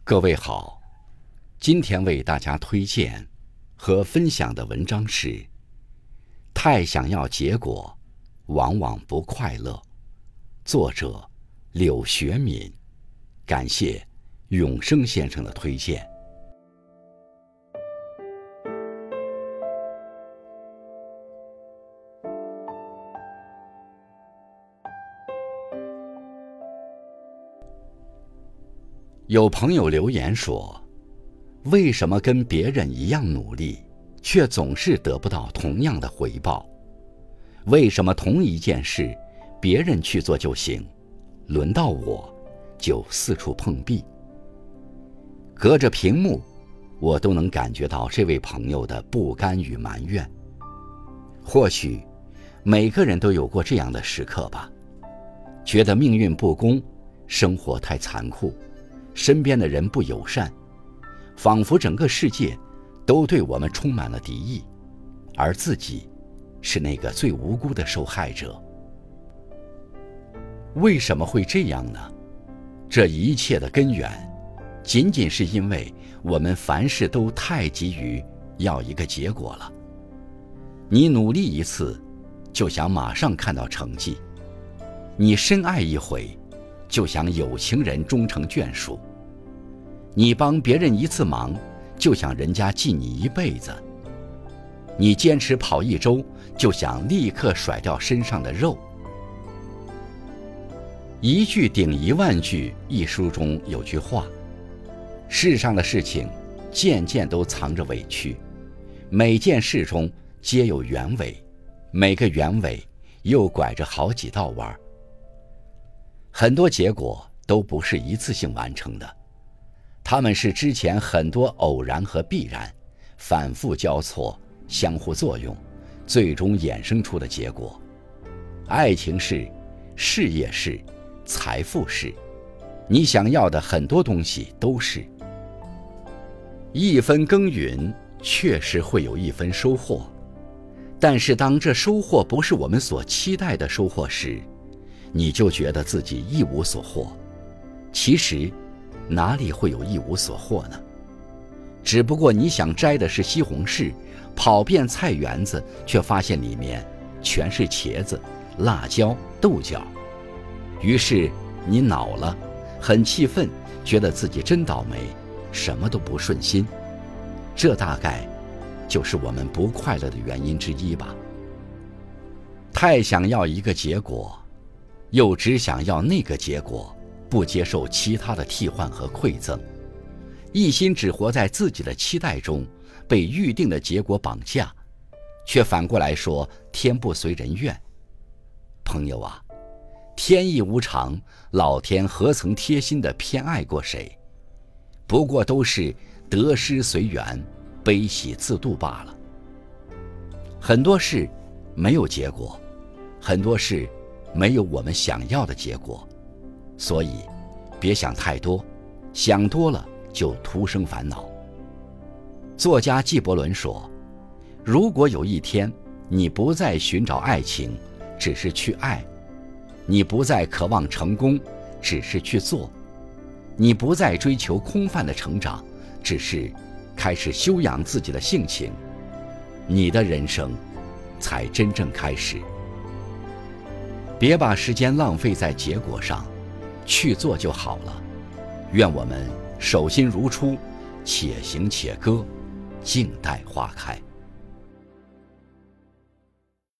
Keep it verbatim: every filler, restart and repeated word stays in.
各位好，今天为大家推荐和分享的文章是太想要结果，往往不快乐。作者柳学敏，感谢永生先生的推荐。有朋友留言说，为什么跟别人一样努力，却总是得不到同样的回报？为什么同一件事，别人去做就行，轮到我，就四处碰壁？隔着屏幕，我都能感觉到这位朋友的不甘与埋怨。或许，每个人都有过这样的时刻吧，觉得命运不公，生活太残酷，身边的人不友善，仿佛整个世界都对我们充满了敌意，而自己是那个最无辜的受害者。为什么会这样呢？这一切的根源，仅仅是因为我们凡事都太急于要一个结果了。你努力一次，就想马上看到成绩；你深爱一回，就想有情人终成眷属；你帮别人一次忙，就想人家记你一辈子；你坚持跑一周，就想立刻甩掉身上的肉。一句顶一万句一书中有句话，世上的事情件件都藏着委屈，每件事中皆有原委，每个原委又拐着好几道弯。很多结果都不是一次性完成的，它们是之前很多偶然和必然反复交错，相互作用，最终衍生出的结果。爱情是，事业是，财富是，你想要的很多东西都是。一分耕耘确实会有一分收获，但是当这收获不是我们所期待的收获时，你就觉得自己一无所获。其实哪里会有一无所获呢？只不过你想摘的是西红柿，跑遍菜园子，却发现里面全是茄子、辣椒、豆角。于是你恼了，很气愤，觉得自己真倒霉，什么都不顺心。这大概就是我们不快乐的原因之一吧。太想要一个结果，又只想要那个结果，不接受其他的替换和馈赠，一心只活在自己的期待中，被预定的结果绑架，却反过来说天不随人愿。朋友啊，天意无常，老天何曾贴心地偏爱过谁？不过都是得失随缘，悲喜自度罢了。很多事没有结果，很多事没有我们想要的结果，所以别想太多，想多了就徒生烦恼。作家纪伯伦说，如果有一天你不再寻找爱情，只是去爱；你不再渴望成功，只是去做；你不再追求空泛的成长，只是开始修养自己的性情，你的人生才真正开始。别把时间浪费在结果上，去做就好了。愿我们手心如初，且行且歌，静待花开。